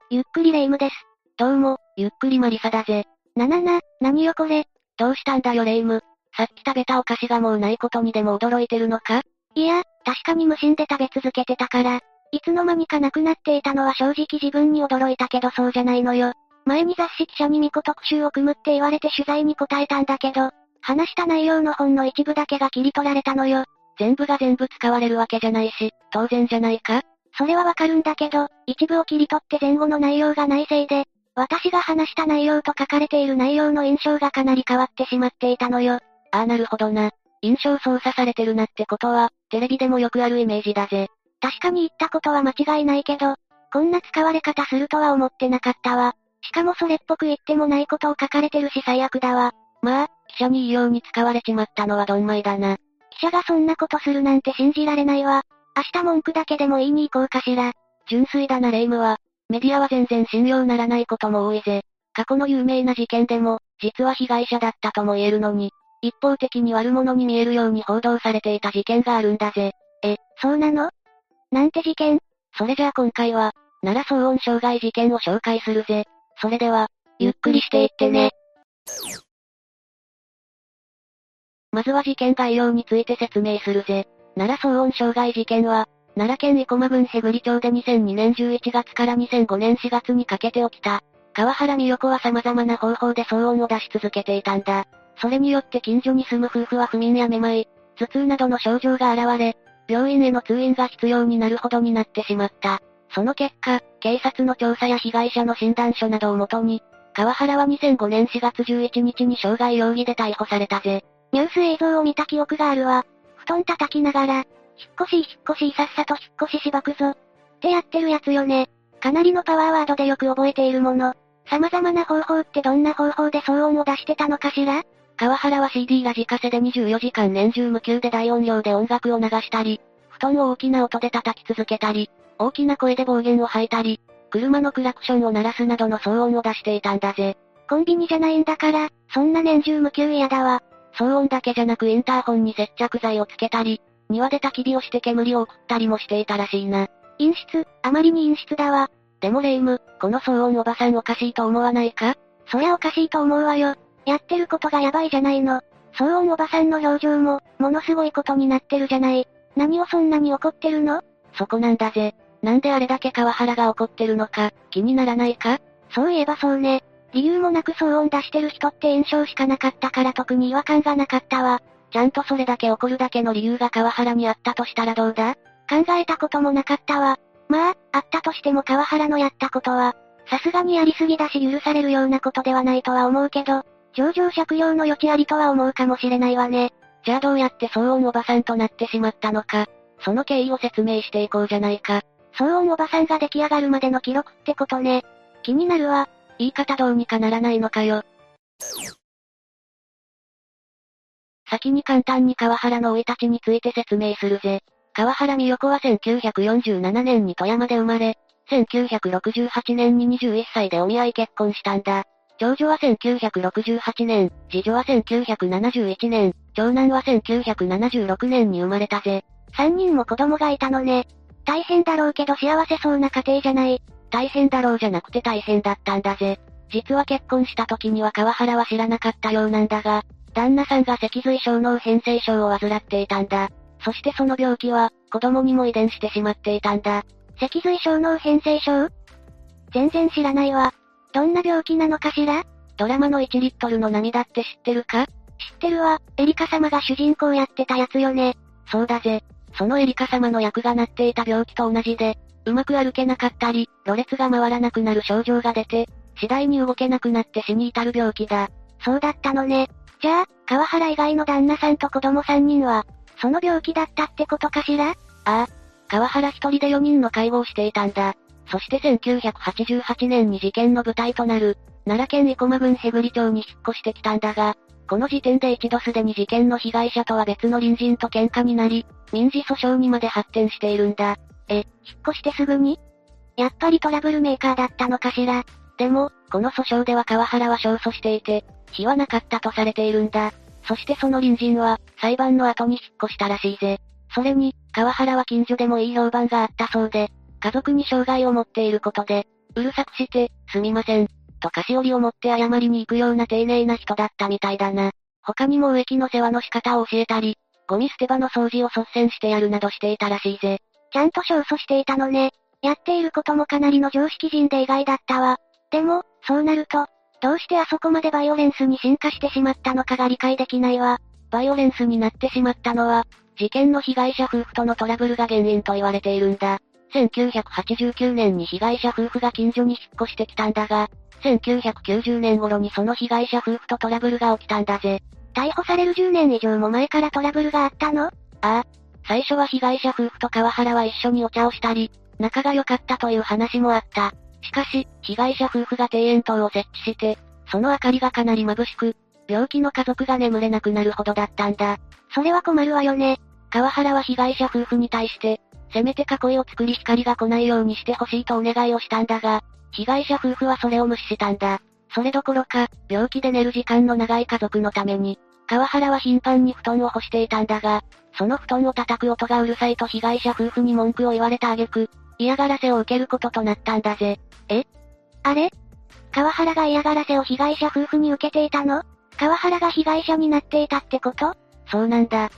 ゆっくりレ夢ムです。 どうも、ゆっくりマリサだぜ。 何よこれ。 どうしたんだよレ夢ム。さっき食べたお菓子がもうないことにでも驚いてるのか？ いや、確かに無心で食べ続けてたから、いつの間にかなくなっていたのは正直自分に驚いたけどそうじゃないのよ。前に雑誌記者に巫女特集を組むって言われて取材に答えたんだけど、話した内容のほんの一部だけが切り取られたのよ。 全部が全部使われるわけじゃないし、当然じゃないか？ それはわかるんだけど、一部を切り取って前後の内容がないせいで、私が話した内容と書かれている内容の印象がかなり変わってしまっていたのよ。 ああなるほどな。印象操作されてるなってことは、テレビでもよくあるイメージだぜ。 確かに言ったことは間違いないけど、こんな使われ方するとは思ってなかったわ。しかもそれっぽく言ってもないことを書かれてるし最悪だわ。 まあ、記者にいいように使われちまったのはドンマイだな。 記者がそんなことするなんて信じられないわ。明日文句だけでも言いに行こうかしら。 純粋だなレ夢ムは。メディアは全然信用ならないことも多いぜ。過去の有名な事件でも、実は被害者だったとも言えるのに、一方的に悪者に見えるように報道されていた事件があるんだぜ。 そうなの？なんて事件？ それじゃあ今回は、奈良騒音傷害事件を紹介するぜ。それでは、ゆっくりしていってね。まずは事件概要について説明するぜ。奈良騒音傷害事件は、奈良県生駒郡辺栗町で2002年11月から2005年4月にかけて起きた。川原美代子は様々な方法で騒音を出し続けていたんだ。それによって近所に住む夫婦は不眠やめまい、頭痛などの症状が現れ、病院への通院が必要になるほどになってしまった。その結果、警察の調査や被害者の診断書などをもとに、川原は2005年4月11日に傷害容疑で逮捕されたぜ。 ニュース映像を見た記憶があるわ。布団叩きながら、引っ越しさっさと引っ越ししばくぞ。ってやってるやつよね。かなりのパワーワードでよく覚えているもの。様々な方法ってどんな方法で騒音を出してたのかしら？ 川原は CD ラジカセで24時間年中無休で大音量で音楽を流したり、布団を大きな音で叩き続けたり、大きな声で暴言を吐いたり、車のクラクションを鳴らすなどの騒音を出していたんだぜ。 コンビニじゃないんだから、そんな年中無休嫌だわ。 騒音だけじゃなくインターホンに接着剤をつけたり、庭で焚き火をして煙を送ったりもしていたらしいな。 陰湿、あまりに陰湿だわ。 でもレ夢ム、この騒音おばさんおかしいと思わないか？ そりゃおかしいと思うわよ。やってることがやばいじゃないの。騒音おばさんの表情も、ものすごいことになってるじゃない。何をそんなに怒ってるの？ そこなんだぜ。なんであれだけ川原が怒ってるのか、気にならないか？ そういえばそうね。理由もなく騒音出してる人って印象しかなかったから特に違和感がなかったわ。 ちゃんとそれだけ怒るだけの理由が川原にあったとしたらどうだ？ 考えたこともなかったわ。まあ、あったとしても川原のやったことは、さすがにやりすぎだし許されるようなことではないとは思うけど、情状借用の余地ありとは思うかもしれないわね。 じゃあどうやって騒音おばさんとなってしまったのか、その経緯を説明していこうじゃないか。 騒音おばさんが出来上がるまでの記録ってことね。気になるわ。 言い方どうにかならないのかよ。先に簡単に川原の生い立ちについて説明するぜ。川原美代子は1947年に富山で生まれ、1968年に21歳でお見合い結婚したんだ。長女は1968年、次女は1971年、長男は1976年に生まれたぜ。 3人も子供がいたのね。大変だろうけど幸せそうな家庭じゃない。 大変だろうじゃなくて大変だったんだぜ。実は結婚した時には川原は知らなかったようなんだが、旦那さんが脊髄小脳変性症を患っていたんだ。そしてその病気は、子供にも遺伝してしまっていたんだ。 脊髄小脳変性症？全然知らないわ。どんな病気なのかしら？ ドラマの1リットルの涙って知ってるか？知ってるわ。エリカ様が主人公やってたやつよね。 そうだぜ。そのエリカ様の役がなっていた病気と同じで、うまく歩けなかったり、ろれつが回らなくなる症状が出て、次第に動けなくなって死に至る病気だ。 そうだったのね。じゃあ、川原以外の旦那さんと子供3人は、その病気だったってことかしら？ ああ。川原一人で4人の介護をしていたんだ。そして1988年に事件の舞台となる、奈良県生駒郡辺栗町に引っ越してきたんだが、この時点で一度すでに事件の被害者とは別の隣人と喧嘩になり、民事訴訟にまで発展しているんだ。 引っ越してすぐに？やっぱりトラブルメーカーだったのかしら。 でも、この訴訟では川原は勝訴していて、非はなかったとされているんだ。そしてその隣人は、裁判の後に引っ越したらしいぜ。それに、川原は近所でもいい評判があったそうで、家族に障害を持っていることで、 うるさくして、すみません。と菓子折りを持って謝りに行くような丁寧な人だったみたいだな。他にも植木の世話の仕方を教えたり、ゴミ捨て場の掃除を率先してやるなどしていたらしいぜ。 ちゃんと勝訴していたのね。やっていることもかなりの常識人で意外だったわ。でも、そうなると、どうしてあそこまでバイオレンスに進化してしまったのかが理解できないわ。 バイオレンスになってしまったのは、事件の被害者夫婦とのトラブルが原因と言われているんだ。1989年に被害者夫婦が近所に引っ越してきたんだが、1990年頃にその被害者夫婦とトラブルが起きたんだぜ。 逮捕される10年以上も前からトラブルがあったの？ああ。最初は被害者夫婦と川原は一緒にお茶をしたり、仲が良かったという話もあった。しかし、被害者夫婦が庭園灯を設置して、その明かりがかなり眩しく、病気の家族が眠れなくなるほどだったんだ。 それは困るわよね。 川原は被害者夫婦に対して、せめて囲いを作り光が来ないようにしてほしいとお願いをしたんだが、被害者夫婦はそれを無視したんだ。それどころか、病気で寝る時間の長い家族のために、川原は頻繁に布団を干していたんだが、その布団を叩く音がうるさいと被害者夫婦に文句を言われた挙句、嫌がらせを受けることとなったんだぜ。 あれ？川原が嫌がらせを被害者夫婦に受けていたの？川原が被害者になっていたってこと？ そうなんだ。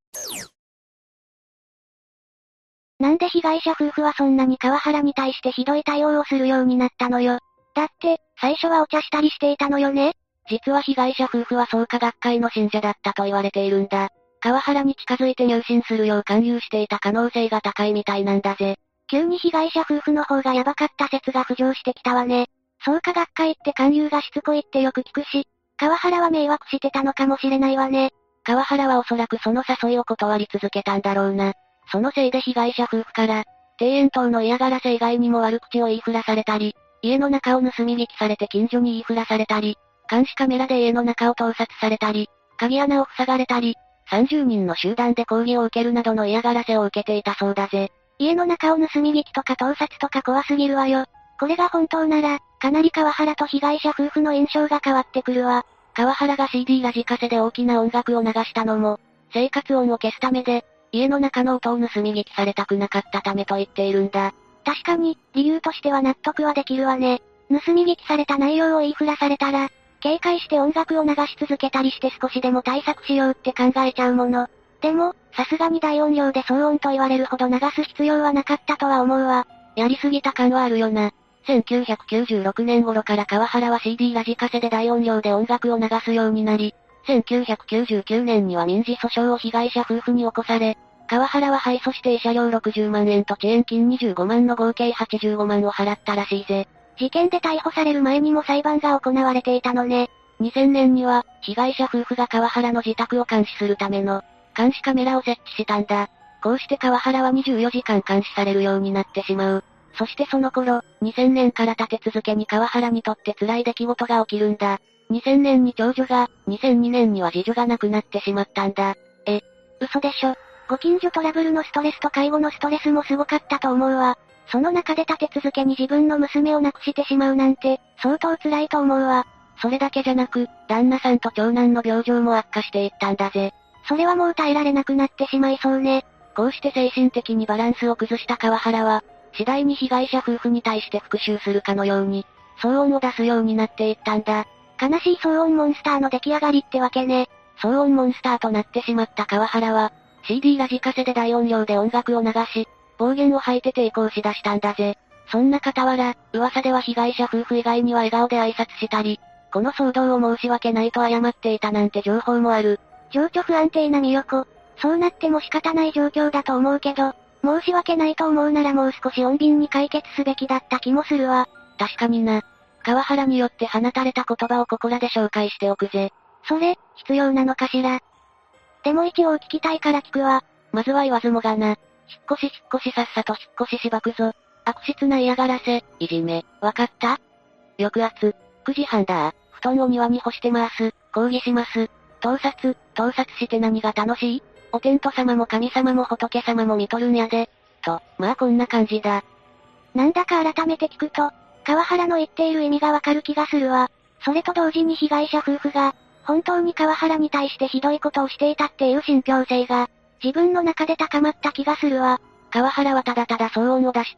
なんで被害者夫婦はそんなに川原に対してひどい対応をするようになったのよ。だって、最初はお茶したりしていたのよね？ 実は被害者夫婦は創価学会の信者だったと言われているんだ。川原に近づいて入信するよう勧誘していた可能性が高いみたいなんだぜ。 急に被害者夫婦の方がヤバかった説が浮上してきたわね。創価学会って勧誘がしつこいってよく聞くし、川原は迷惑してたのかもしれないわね。 川原はおそらくその誘いを断り続けたんだろうな。そのせいで被害者夫婦から、庭園灯の嫌がらせ以外にも悪口を言いふらされたり、家の中を盗み聞きされて近所に言いふらされたり、監視カメラで家の中を盗撮されたり、鍵穴を塞がれたり、30人の集団で抗議を受けるなどの嫌がらせを受けていたそうだぜ。 家の中を盗み聞きとか盗撮とか怖すぎるわよ。これが本当なら、かなり川原と被害者夫婦の印象が変わってくるわ。 川原が CD ラジカセで大きな音楽を流したのも、生活音を消すためで、家の中の音を盗み聞きされたくなかったためと言っているんだ。 確かに、理由としては納得はできるわね。盗み聞きされた内容を言いふらされたら、警戒して音楽を流し続けたりして少しでも対策しようって考えちゃうもの。でも、さすがに大音量で騒音と言われるほど流す必要はなかったとは思うわ。 やりすぎた感はあるよな。1996年頃から川原は CD ラジカセで大音量で音楽を流すようになり、1999年には民事訴訟を被害者夫婦に起こされ、川原は敗訴して慰謝料60万円と遅延金25万の合計85万を払ったらしいぜ。 事件で逮捕される前にも裁判が行われていたのね。 2000年には、被害者夫婦が川原の自宅を監視するための、監視カメラを設置したんだ。こうして川原は24時間監視されるようになってしまう。そしてその頃、2000年から立て続けに川原にとって辛い出来事が起きるんだ。2000年に長女が、2002年には次女が亡くなってしまったんだ。 嘘でしょ。ご近所トラブルのストレスと介護のストレスもすごかったと思うわ。その中で立て続けに自分の娘を亡くしてしまうなんて、相当辛いと思うわ。 それだけじゃなく、旦那さんと長男の病状も悪化していったんだぜ。 それはもう耐えられなくなってしまいそうね。 こうして精神的にバランスを崩した川原は、次第に被害者夫婦に対して復讐するかのように、騒音を出すようになっていったんだ。 悲しい騒音モンスターの出来上がりってわけね。 騒音モンスターとなってしまった川原は、CD ラジカセで大音量で音楽を流し、暴言を吐いて抵抗しだしたんだぜ。そんな傍ら、噂では被害者夫婦以外には笑顔で挨拶したり、この騒動を申し訳ないと謝っていたなんて情報もある。 情緒不安定な美代子。そうなっても仕方ない状況だと思うけど、申し訳ないと思うならもう少し穏便に解決すべきだった気もするわ。 確かにな。川原によって放たれた言葉をここらで紹介しておくぜ。 それ、必要なのかしら。でも一応聞きたいから聞くわ。 まずは言わずもがな。引っ越しさっさと引っ越ししばくぞ。悪質な嫌がらせ、いじめ、わかった？抑圧、9時半だ。布団を庭に干してます。抗議します。盗撮して何が楽しい？お天道様も神様も仏様も見とるんやで。と、まあこんな感じだ。 なんだか改めて聞くと、川原の言っている意味がわかる気がするわ。それと同時に被害者夫婦が、本当に川原に対してひどいことをしていたっていう信憑性が、自分の中で高まった気がするわ。 川原はただただ騒音を出して、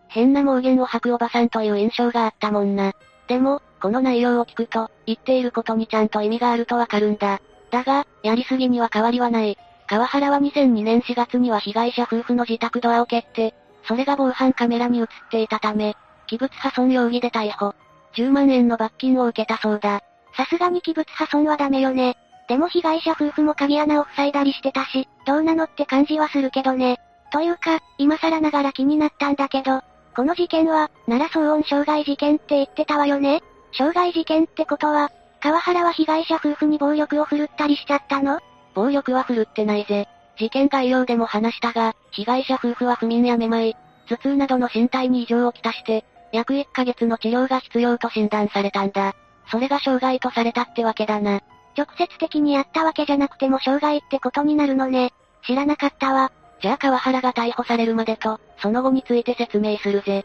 変な妄言を吐くおばさんという印象があったもんな。でも、この内容を聞くと、言っていることにちゃんと意味があるとわかるんだ。だが、やりすぎには変わりはない。川原は2002年4月には被害者夫婦の自宅ドアを蹴って、それが防犯カメラに映っていたため、器物破損容疑で逮捕。10万円の罰金を受けたそうだ。 さすがに器物破損はダメよね。でも被害者夫婦も鍵穴を塞いだりしてたし、どうなのって感じはするけどね。というか、今更ながら気になったんだけど、この事件は、奈良騒音傷害事件って言ってたわよね。傷害事件ってことは、川原は被害者夫婦に暴力を振るったりしちゃったの？ 暴力は振るってないぜ。事件概要でも話したが、被害者夫婦は不眠やめまい、頭痛などの身体に異常をきたして、約1ヶ月の治療が必要と診断されたんだ。それが傷害とされたってわけだな。 直接的にやったわけじゃなくても傷害ってことになるのね。知らなかったわ。 じゃあ川原が逮捕されるまでと、その後について説明するぜ。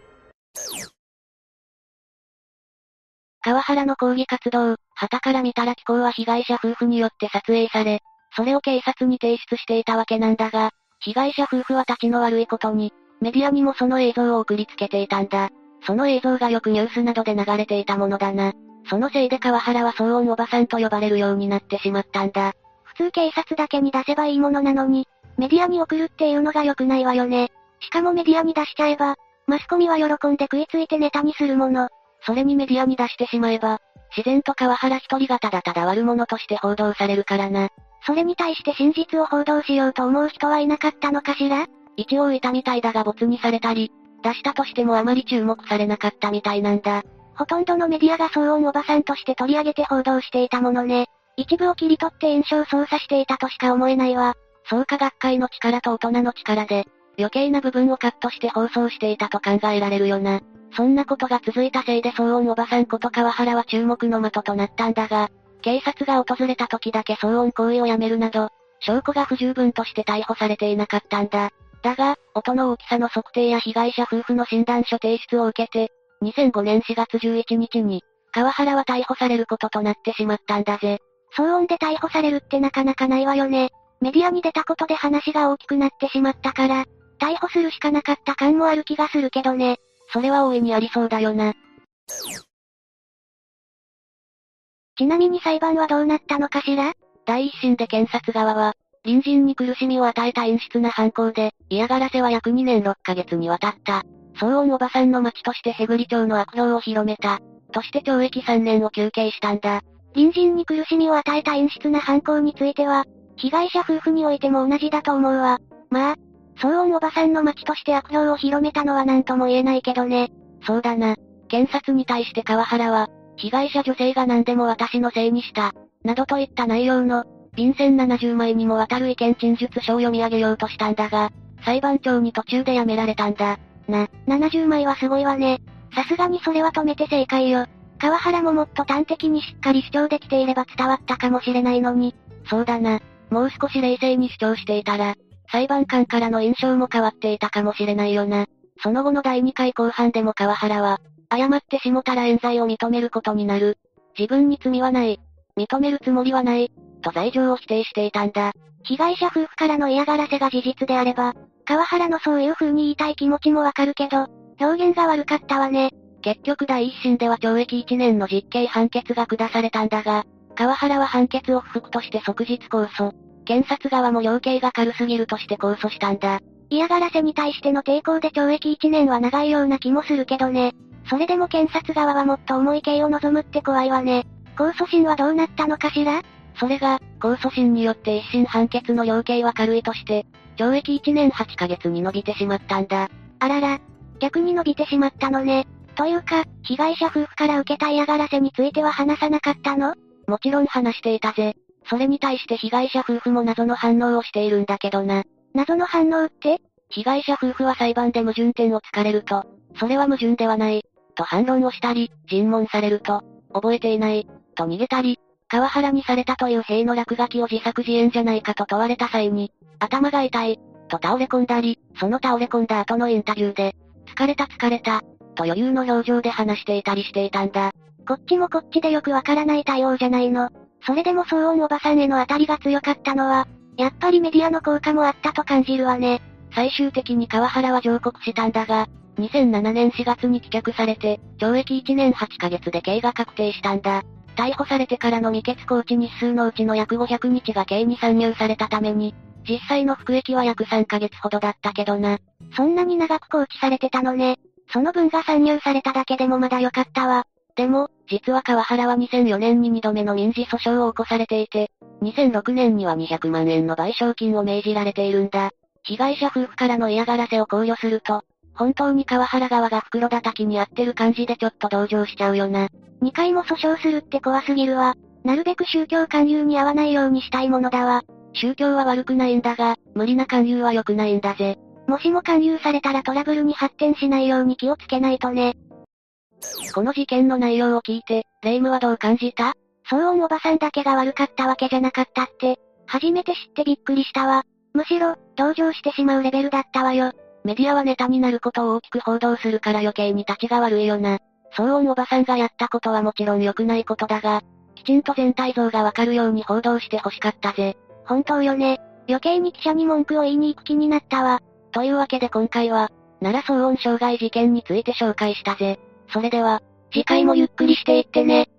川原の抗議活動、旗から見たら寄稿は被害者夫婦によって撮影され、それを警察に提出していたわけなんだが、被害者夫婦は立ちの悪いことに、メディアにもその映像を送りつけていたんだ。その映像がよくニュースなどで流れていたものだな。そのせいで川原は騒音おばさんと呼ばれるようになってしまったんだ。 普通警察だけに出せばいいものなのに、メディアに送るっていうのが良くないわよね。しかもメディアに出しちゃえば、マスコミは喜んで食いついてネタにするもの。 それにメディアに出してしまえば、自然と川原一人がただただ悪者として報道されるからな。 それに対して真実を報道しようと思う人はいなかったのかしら？ 一応いたみたいだが没にされたり、出したとしてもあまり注目されなかったみたいなんだ。 ほとんどのメディアが騒音おばさんとして取り上げて報道していたものね。一部を切り取って印象操作していたとしか思えないわ。 創価学会の力と大人の力で、余計な部分をカットして放送していたと考えられるよな。そんなことが続いたせいで騒音おばさんこと川原は注目の的となったんだが、警察が訪れた時だけ騒音行為をやめるなど、証拠が不十分として逮捕されていなかったんだ。だが、音の大きさの測定や被害者夫婦の診断書提出を受けて、2005年4月11日に、川原は逮捕されることとなってしまったんだぜ。 騒音で逮捕されるってなかなかないわよね。メディアに出たことで話が大きくなってしまったから、逮捕するしかなかった感もある気がするけどね。 それは大いにありそうだよな。 ちなみに裁判はどうなったのかしら？ 第一審で検察側は、隣人に苦しみを与えた陰湿な犯行で、嫌がらせは約2年6ヶ月にわたった。騒音おばさんの町としてヘグリ町の悪評を広めた。として懲役3年を求刑したんだ。 隣人に苦しみを与えた陰湿な犯行については、被害者夫婦においても同じだと思うわ。まあ、騒音おばさんの町として悪評を広めたのは何とも言えないけどね。 そうだな。検察に対して川原は、被害者女性が何でも私のせいにした。などといった内容の、便箋70枚にもわたる意見陳述書を読み上げようとしたんだが、裁判長に途中でやめられたんだ。 70枚はすごいわね。さすがにそれは止めて正解よ。川原ももっと端的にしっかり主張できていれば伝わったかもしれないのに。 そうだな。もう少し冷静に主張していたら、裁判官からの印象も変わっていたかもしれないよな。その後の第2回公判でも川原は、誤って下たら冤罪を認めることになる。自分に罪はない。認めるつもりはない。と罪状を否定していたんだ。 被害者夫婦からの嫌がらせが事実であれば、川原のそういう風に言いたい気持ちもわかるけど、表現が悪かったわね。 結局第一審では懲役1年の実刑判決が下されたんだが、川原は判決を不服として即日控訴。検察側も量刑が軽すぎるとして控訴したんだ。 嫌がらせに対しての抵抗で懲役1年は長いような気もするけどね。それでも検察側はもっと重い刑を望むって怖いわね。控訴審はどうなったのかしら？ それが、控訴審によって一審判決の量刑は軽いとして、懲役1年8ヶ月に伸びてしまったんだ。 あらら、逆に伸びてしまったのね。というか、被害者夫婦から受けた嫌がらせについては話さなかったの？ もちろん話していたぜ。それに対して被害者夫婦も謎の反応をしているんだけどな。 謎の反応って？ 被害者夫婦は裁判で矛盾点を突かれると、それは矛盾ではない、と反論をしたり、尋問されると、覚えていない、と逃げたり、川原にされたという兵の落書きを自作自演じゃないかと問われた際に、頭が痛い、と倒れ込んだり、その倒れ込んだ後のインタビューで、疲れた、と余裕の表情で話していたりしていたんだ。 こっちもこっちでよくわからない対応じゃないの。それでも騒音おばさんへの当たりが強かったのは、やっぱりメディアの効果もあったと感じるわね。 最終的に川原は上告したんだが、 2007年4月に棄却されて、懲役1年8ヶ月で刑が確定したんだ。逮捕されてからの未決拘置日数のうちの約500日が刑に算入されたために、実際の服役は約3ヶ月ほどだったけどな。 そんなに長く拘置されてたのね。その分が算入されただけでもまだ良かったわ。 でも、実は川原は2004年に2度目の民事訴訟を起こされていて、2006年には200万円の賠償金を命じられているんだ。被害者夫婦からの嫌がらせを考慮すると、本当に川原側が袋叩きに遭ってる感じでちょっと同情しちゃうよな。 2回も訴訟するって怖すぎるわ。なるべく宗教勧誘に遭わないようにしたいものだわ。 宗教は悪くないんだが、無理な勧誘は良くないんだぜ。 もしも勧誘されたらトラブルに発展しないように気をつけないとね。 この事件の内容を聞いて、レイムはどう感じた？ 騒音おばさんだけが悪かったわけじゃなかったって、初めて知ってびっくりしたわ。むしろ、同情してしまうレベルだったわよ。 メディアはネタになることを大きく報道するから余計に立ちが悪いよな。騒音おばさんがやったことはもちろん良くないことだが、きちんと全体像がわかるように報道して欲しかったぜ。 本当よね。余計に記者に文句を言いに行く気になったわ。 というわけで今回は、奈良騒音傷害事件について紹介したぜ。それでは、 次回もゆっくりしていってね。